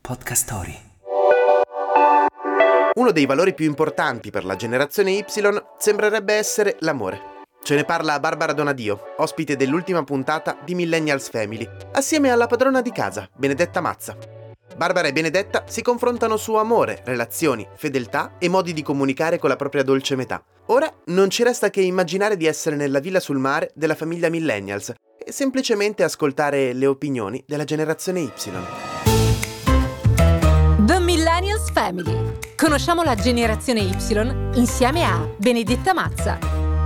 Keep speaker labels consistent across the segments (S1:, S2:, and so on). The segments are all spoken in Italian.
S1: Podcast Story.
S2: Uno dei valori più importanti per la generazione Y sembrerebbe essere l'amore. Ce ne parla Barbara Donadio, ospite dell'ultima puntata di Millennials Family, assieme alla padrona di casa, Benedetta Mazza. Barbara e Benedetta si confrontano su amore, relazioni, fedeltà e modi di comunicare con la propria dolce metà. Ora non ci resta che immaginare di essere nella villa sul mare della famiglia Millennials e semplicemente ascoltare le opinioni della generazione Y.
S3: The Millennials Family. Conosciamo la generazione Y insieme a Benedetta Mazza.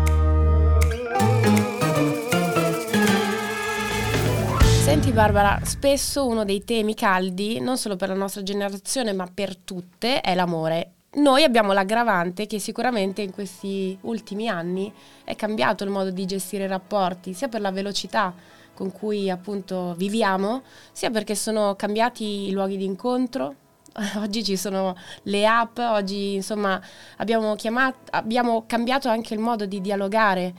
S4: Senti Barbara, spesso uno dei temi caldi, non solo per la nostra generazione ma per tutte, è l'amore. Noi abbiamo l'aggravante che sicuramente in questi ultimi anni è cambiato il modo di gestire i rapporti, sia per la velocità con cui appunto viviamo, sia perché sono cambiati i luoghi di incontro. Oggi ci sono le app, oggi insomma abbiamo cambiato anche il modo di dialogare.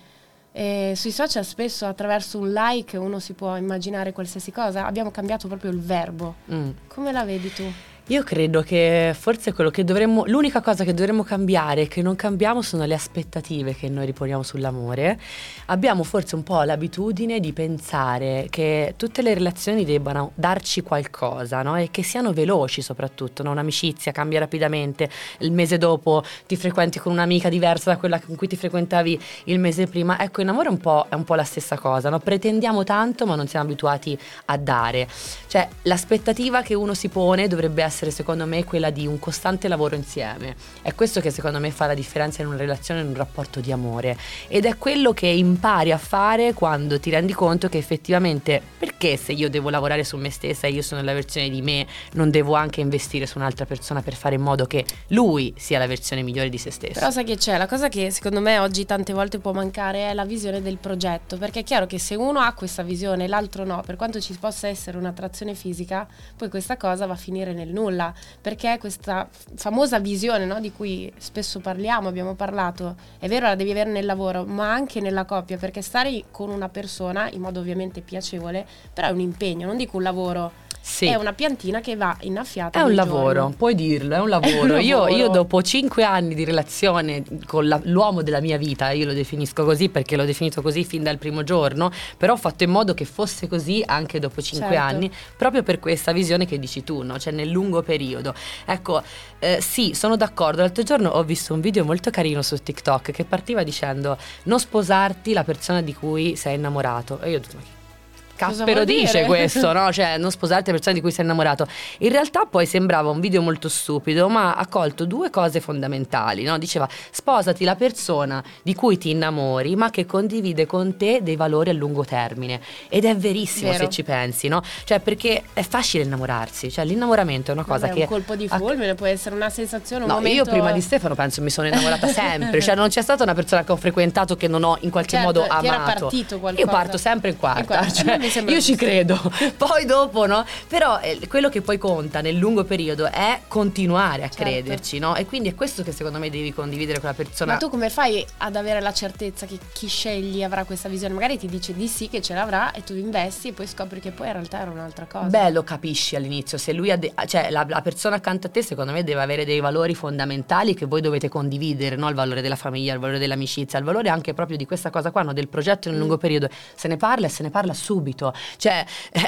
S4: Sui social spesso attraverso un like uno si può immaginare qualsiasi cosa. Abbiamo cambiato proprio il verbo. Come la vedi tu?
S5: Io credo che forse l'unica cosa che dovremmo cambiare, che non cambiamo, sono le aspettative che noi riponiamo sull'amore. Abbiamo forse un po' l'abitudine di pensare che tutte le relazioni debbano darci qualcosa, no? E che siano veloci soprattutto, no? Un'amicizia cambia rapidamente, il mese dopo ti frequenti con un'amica diversa da quella con cui ti frequentavi il mese prima. Ecco, in amore è un po' la stessa cosa, no? Pretendiamo tanto ma non siamo abituati a dare. Cioè, l'aspettativa che uno si pone dovrebbe essere, secondo me, quella di un costante lavoro insieme. È questo che secondo me fa la differenza in una relazione, in un rapporto di amore, ed è quello che impari a fare quando ti rendi conto che effettivamente, perché se io devo lavorare su me stessa e io sono la versione di me, non devo anche investire su un'altra persona per fare in modo che lui sia la versione migliore di se stesso.
S4: Però sai che c'è, la cosa che secondo me oggi tante volte può mancare è la visione del progetto, perché è chiaro che se uno ha questa visione e l'altro no, per quanto ci possa essere un'attrazione fisica, poi questa cosa va a finire nel nulla, perché questa famosa visione, no, di cui spesso abbiamo parlato, è vero, la devi avere nel lavoro ma anche nella coppia, perché stare con una persona in modo ovviamente piacevole però è un impegno, non dico un lavoro. Sì. È una piantina che va innaffiata.
S5: È un lavoro, puoi dirlo, è un lavoro. Io dopo 5 anni di relazione con l'uomo della mia vita, io lo definisco così perché l'ho definito così fin dal primo giorno, però ho fatto in modo che fosse così anche dopo 5 anni, proprio per questa visione che dici tu, no? Cioè nel lungo periodo. Ecco, sì, sono d'accordo. L'altro giorno ho visto un video molto carino su TikTok che partiva dicendo: non sposarti la persona di cui sei innamorato. E io ho detto: Caspero dice questo, no? Cioè, non sposarti la persona di cui sei innamorato. In realtà poi sembrava un video molto stupido, ma ha colto due cose fondamentali, no? Diceva: sposati la persona di cui ti innamori, ma che condivide con te dei valori a lungo termine. Ed è verissimo, se ci pensi, no? Cioè, perché è facile innamorarsi, cioè l'innamoramento è una cosa che...
S4: un colpo di fulmine, può essere una sensazione, un momento...
S5: Io prima di Stefano penso mi sono innamorata sempre, cioè non c'è stata una persona che ho frequentato che non ho in qualche modo amato.
S4: Ti era partito qualcosa.
S5: Io parto sempre in quarta. Cioè, io ci credo, poi dopo no, però quello che poi conta nel lungo periodo è continuare a crederci, no? E quindi è questo che secondo me devi condividere con la persona.
S4: Ma tu come fai ad avere la certezza che chi scegli avrà questa visione? Magari ti dice di sì, che ce l'avrà, e tu investi e poi scopri che poi in realtà era un'altra cosa.
S5: Beh, lo capisci all'inizio, se lui cioè la persona accanto a te secondo me deve avere dei valori fondamentali che voi dovete condividere, no? Il valore della famiglia, il valore dell'amicizia, il valore anche proprio di questa cosa qua, no? Del progetto nel lungo periodo. Se ne parla e se ne parla subito. Cioè,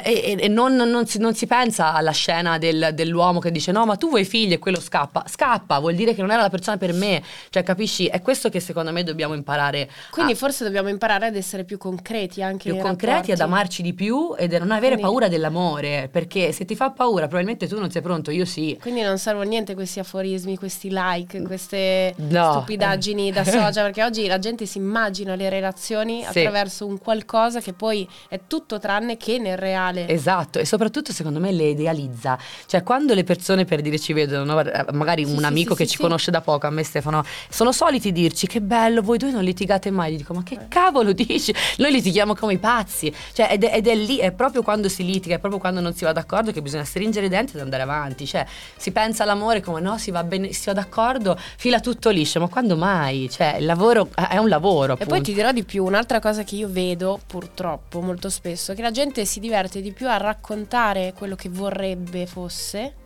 S5: e non si pensa alla scena dell'uomo che dice: no, ma tu vuoi figli, e quello scappa, vuol dire che non era la persona per me. Cioè, capisci? È questo che secondo me dobbiamo imparare.
S4: Quindi forse dobbiamo imparare ad essere più concreti anche
S5: più concreti, ad amarci di più ed a non avere paura dell'amore, perché se ti fa paura probabilmente tu non sei pronto, io sì.
S4: Quindi non servono niente questi aforismi, questi like, queste stupidaggini da social, perché oggi la gente si immagina le relazioni attraverso un qualcosa che poi è tutto tranne che nel reale.
S5: Esatto, e soprattutto secondo me le idealizza. Cioè, quando le persone, per dire, ci vedono, no? Magari un amico che ci conosce da poco, a me Stefano, sono soliti dirci: che bello, voi due non litigate mai. Gli dico: ma che cavolo dici? Noi litighiamo come i pazzi. Cioè, ed è lì, è proprio quando si litiga, è proprio quando non si va d'accordo che bisogna stringere i denti ed andare avanti. Cioè, si pensa all'amore come no, si va bene, si va d'accordo, fila tutto liscio, ma quando mai? Cioè, il lavoro è un lavoro, appunto.
S4: E poi ti dirò di più, un'altra cosa che io vedo purtroppo molto spesso è che la gente si diverte di più a raccontare quello che vorrebbe fosse,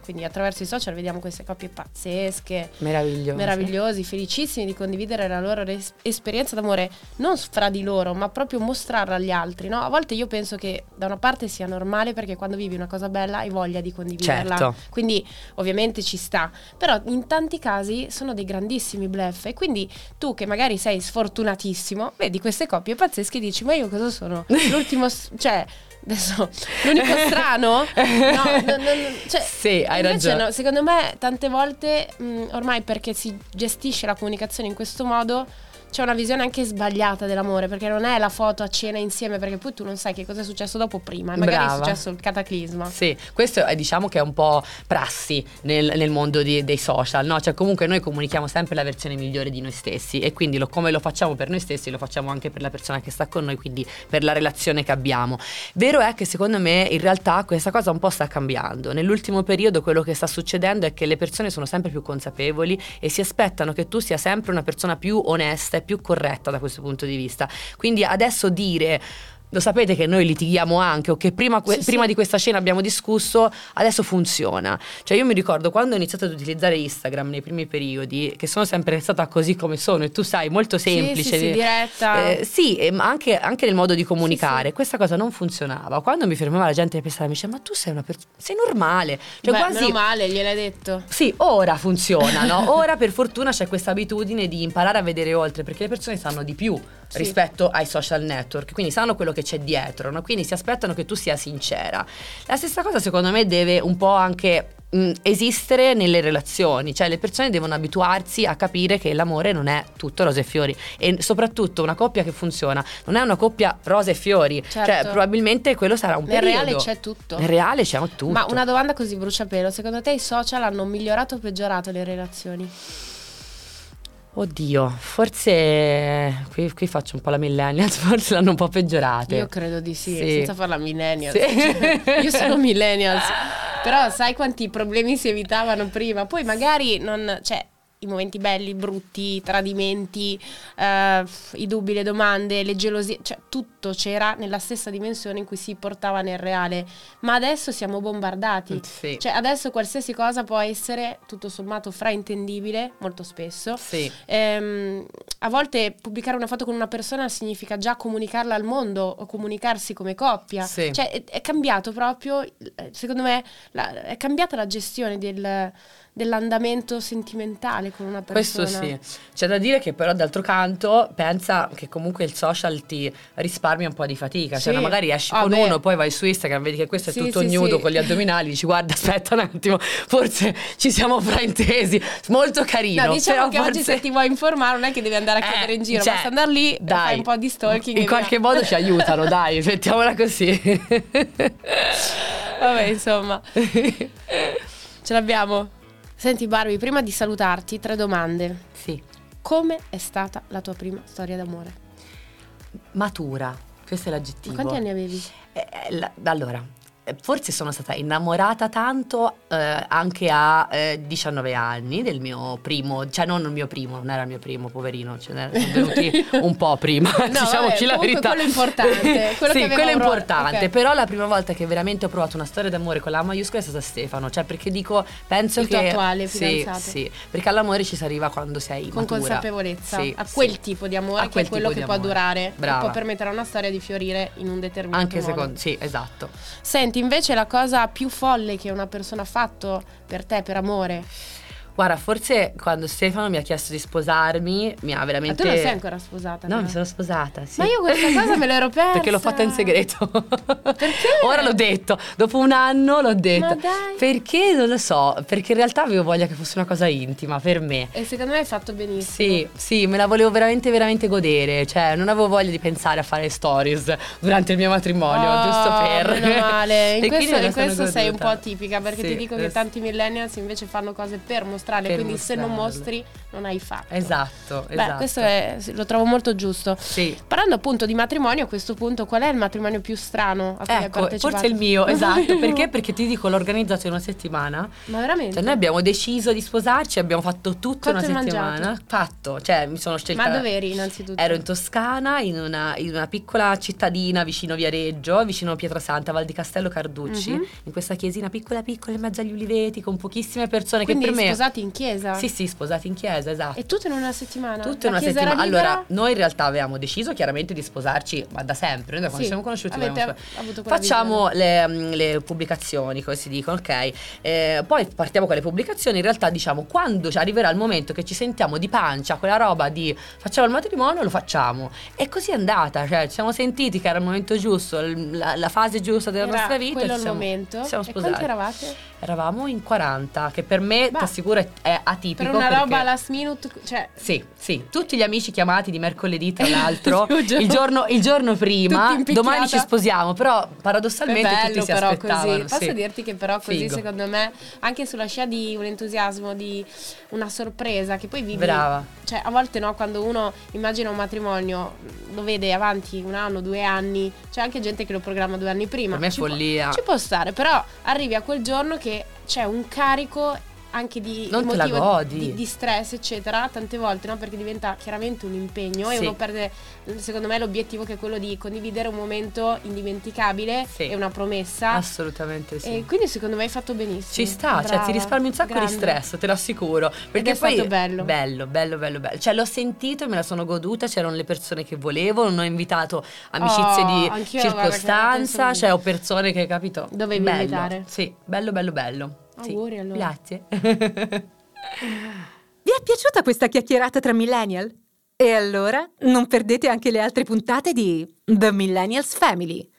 S4: quindi attraverso i social vediamo queste coppie pazzesche,
S5: meravigliosi,
S4: felicissimi di condividere la loro esperienza d'amore, non fra di loro, ma proprio mostrarla agli altri, no? A volte io penso che da una parte sia normale, perché quando vivi una cosa bella hai voglia di condividerla,
S5: certo.
S4: Quindi ovviamente ci sta, però in tanti casi sono dei grandissimi bluff, e quindi tu che magari sei sfortunatissimo vedi queste coppie pazzesche e dici: ma io cosa sono? L'ultimo, cioè adesso l'unico strano? No, cioè,
S5: sì, hai ragione.
S4: No, secondo me tante volte ormai, perché si gestisce la comunicazione in questo modo, c'è una visione anche sbagliata dell'amore, perché non è la foto a cena insieme, perché poi tu non sai che cosa è successo dopo prima, e magari è successo il cataclisma.
S5: Sì, questo è, diciamo che è un po' prassi nel mondo dei social, no? Cioè comunque noi comunichiamo sempre la versione migliore di noi stessi, e quindi come lo facciamo per noi stessi lo facciamo anche per la persona che sta con noi, quindi per la relazione che abbiamo. Vero è che secondo me in realtà questa cosa un po' sta cambiando. Nell'ultimo periodo quello che sta succedendo è che le persone sono sempre più consapevoli e si aspettano che tu sia sempre una persona più onesta e più corretta da questo punto di vista. Quindi adesso dire: lo sapete che noi litighiamo anche, o che prima di questa cena abbiamo discusso, adesso funziona. Cioè io mi ricordo quando ho iniziato ad utilizzare Instagram nei primi periodi, che sono sempre stata così come sono, e tu sai, molto semplice,
S4: diretta,
S5: ma anche nel modo di comunicare, questa cosa non funzionava. Quando mi fermava la gente e pensava, mi diceva: ma tu sei sei normale, cioè
S4: beh,
S5: quasi
S4: meno male, gliel'hai detto.
S5: Sì, ora funziona, no? Ora per fortuna c'è questa abitudine di imparare a vedere oltre, perché le persone sanno di più rispetto ai social network, quindi sanno quello che c'è dietro, no? Quindi si aspettano che tu sia sincera. La stessa cosa secondo me deve un po' anche esistere nelle relazioni, cioè le persone devono abituarsi a capire che l'amore non è tutto rose e fiori, e soprattutto una coppia che funziona non è una coppia rose e fiori,
S4: certo.
S5: Cioè probabilmente quello sarà un periodo.
S4: Nel reale c'è tutto.
S5: Nel reale c'è tutto.
S4: Ma una domanda così bruciapelo: secondo te i social hanno migliorato o peggiorato le relazioni?
S5: Oddio, forse qui faccio un po' la millennials, forse l'hanno un po' peggiorate.
S4: Io credo di sì.
S5: Sì.
S4: Senza farla millennials.
S5: Sì.
S4: Cioè, io sono millennials, però sai quanti problemi si evitavano prima? Poi magari non, cioè, i momenti belli, brutti, i tradimenti, i dubbi, le domande, le gelosie, cioè tutto c'era nella stessa dimensione in cui si portava nel reale. Ma adesso siamo bombardati,
S5: sì.
S4: Cioè adesso qualsiasi cosa può essere tutto sommato fraintendibile, molto spesso.
S5: Sì.
S4: A volte pubblicare una foto con una persona significa già comunicarla al mondo o comunicarsi come coppia.
S5: Sì.
S4: Cioè è cambiato proprio, secondo me è cambiata la gestione dell'andamento sentimentale con una persona.
S5: Questo sì. C'è da dire che però d'altro canto pensa che comunque il social ti risparmia un po' di fatica,
S4: sì.
S5: Cioè magari esci con uno, poi vai su Instagram, vedi che questo è tutto nudo con gli addominali, dici: guarda, aspetta un attimo, forse ci siamo fraintesi. Molto carino.
S4: No, diciamo che
S5: forse
S4: oggi se ti vuoi informare non è che devi andare a chiedere in giro,
S5: cioè,
S4: basta andare lì,
S5: dai,
S4: fai un po' di stalking
S5: in qualche modo ci aiutano, dai, mettiamola così.
S4: Vabbè, insomma, ce l'abbiamo. Senti Barbie, prima di salutarti, 3 domande.
S5: Sì.
S4: Come è stata la tua prima storia d'amore?
S5: Matura, questo è l'aggettivo.
S4: Quanti anni avevi?
S5: Allora, forse sono stata innamorata tanto anche a 19 anni del mio primo, cioè non il mio primo, non era il mio primo, poverino, ce ne sono venuti un po' prima,
S4: No,
S5: diciamoci la verità.
S4: Quello importante.
S5: Sì, quello è importante,
S4: okay.
S5: Però la prima volta che veramente ho provato una storia d'amore con la maiuscola è stata Stefano, cioè perché dico, penso
S4: il
S5: che
S4: tuo attuale fidanzato.
S5: Sì, perché all'amore ci si arriva quando sei
S4: con
S5: matura.
S4: Consapevolezza,
S5: Sì,
S4: a quel tipo di amore, che è quello che può
S5: amore.
S4: durare,
S5: Brava.
S4: e può permettere a una storia di fiorire in un determinato
S5: Anche
S4: modo.
S5: secondo, sì, esatto.
S4: Senti, invece la cosa più folle che una persona ha fatto per te, per amore?
S5: Guarda, forse quando Stefano mi ha chiesto di sposarmi, mi ha veramente...
S4: Ma tu non sei ancora sposata?
S5: No,
S4: però.
S5: mi sono sposata, sì.
S4: Ma io questa cosa me l'ero persa.
S5: Perché l'ho fatta in segreto.
S4: Perché?
S5: Ora l'ho detto, dopo un anno l'ho detto.
S4: Ma dai.
S5: Perché non lo so, perché in realtà avevo voglia che fosse una cosa intima per me.
S4: E secondo me hai fatto benissimo.
S5: Sì, me la volevo veramente, veramente godere. Cioè, non avevo voglia di pensare a fare stories durante il mio matrimonio, giusto per...
S4: Meno male. In
S5: E quindi me la
S4: questo
S5: sono
S4: sei un po'
S5: goduta.
S4: atipica, perché
S5: Sì,
S4: ti dico che tanti millennials invece fanno cose per mostrare mostrarle,
S5: Per
S4: quindi se non
S5: mostrarle.
S4: mostri non hai fatto.
S5: Esatto.
S4: Beh, questo lo trovo molto giusto.
S5: Sì.
S4: Parlando appunto di matrimonio, a questo punto qual è il matrimonio più strano a cui hai
S5: Ecco,
S4: partecipato?
S5: forse il mio, esatto. Perché? Perché ti dico, l'ho organizzato in una settimana.
S4: Ma veramente?
S5: Cioè, noi abbiamo deciso di sposarci, abbiamo fatto tutta
S4: Quanto
S5: una
S4: hai
S5: settimana.
S4: mangiato?
S5: Fatto, cioè mi sono scelta.
S4: Ma dove eri innanzitutto?
S5: Ero in Toscana, in una piccola cittadina vicino Viareggio, vicino Pietrasanta, Val di Castello Carducci, in questa chiesina piccola in mezzo agli uliveti, con pochissime persone.
S4: Quindi
S5: che per me
S4: sposati in chiesa?
S5: Sì, sposati in chiesa, esatto.
S4: E tutto in una settimana?
S5: Tutto in
S4: La
S5: una
S4: chiesa era
S5: settimana.
S4: libera?
S5: Allora, noi in realtà avevamo deciso chiaramente di sposarci, ma da sempre, noi da quando
S4: Sì,
S5: siamo conosciuti
S4: avete
S5: volevamo
S4: avuto quella
S5: facciamo le pubblicazioni, come si dicono, ok? Poi partiamo con le pubblicazioni. In realtà, diciamo, quando arriverà il momento che ci sentiamo di pancia, quella roba di facciamo il matrimonio, lo facciamo. E così è andata, cioè ci siamo sentiti che era il momento giusto, la fase giusta della
S4: Era
S5: nostra vita.
S4: quello
S5: e
S4: il momento.
S5: Siamo
S4: E
S5: sposati.
S4: quanti eravate?
S5: Eravamo in 40, che per me, ti assicuro, è atipico.
S4: Per una
S5: perché
S4: roba last minute, cioè...
S5: Sì, tutti gli amici chiamati di mercoledì, tra l'altro,
S4: Giuro.
S5: il giorno prima,
S4: Tutti impicchiata.
S5: domani ci sposiamo, però
S4: È
S5: paradossalmente
S4: bello
S5: tutti si
S4: però
S5: aspettavano.
S4: così. Posso
S5: sì.
S4: dirti che però così
S5: Figo.
S4: secondo me anche sulla scia di un entusiasmo, di una sorpresa che poi vivi.
S5: Brava.
S4: Cioè a volte no, quando uno immagina un matrimonio lo vede avanti 1 anno, 2 anni, c'è anche gente che lo programma 2 anni prima.
S5: Per me è follia.
S4: Ci può stare, però arrivi a quel giorno che c'è un carico anche di
S5: Non te la
S4: emotivo,
S5: godi.
S4: di stress eccetera, tante volte, no? Perché diventa chiaramente un impegno e
S5: Sì.
S4: uno perde, secondo me, l'obiettivo che è quello di condividere un momento indimenticabile
S5: Sì.
S4: e una promessa.
S5: Assolutamente sì.
S4: E quindi secondo me hai fatto benissimo.
S5: Ci sta, cioè
S4: Brava.
S5: ti risparmi un sacco
S4: Grande.
S5: di stress, te lo assicuro. Perché
S4: è
S5: poi
S4: stato bello.
S5: bello. Cioè l'ho sentito e me la sono goduta, c'erano le persone che volevo, non ho invitato amicizie di
S4: anch'io, guarda, che
S5: circostanza,
S4: penso
S5: cioè ho persone che, capito?
S4: Dovevi
S5: bello.
S4: invitare.
S5: Sì, bello. Sì.
S4: Auguri, allora.
S5: Grazie.
S3: Vi è piaciuta questa chiacchierata tra millennial? E allora non perdete anche le altre puntate di The Millennials Family.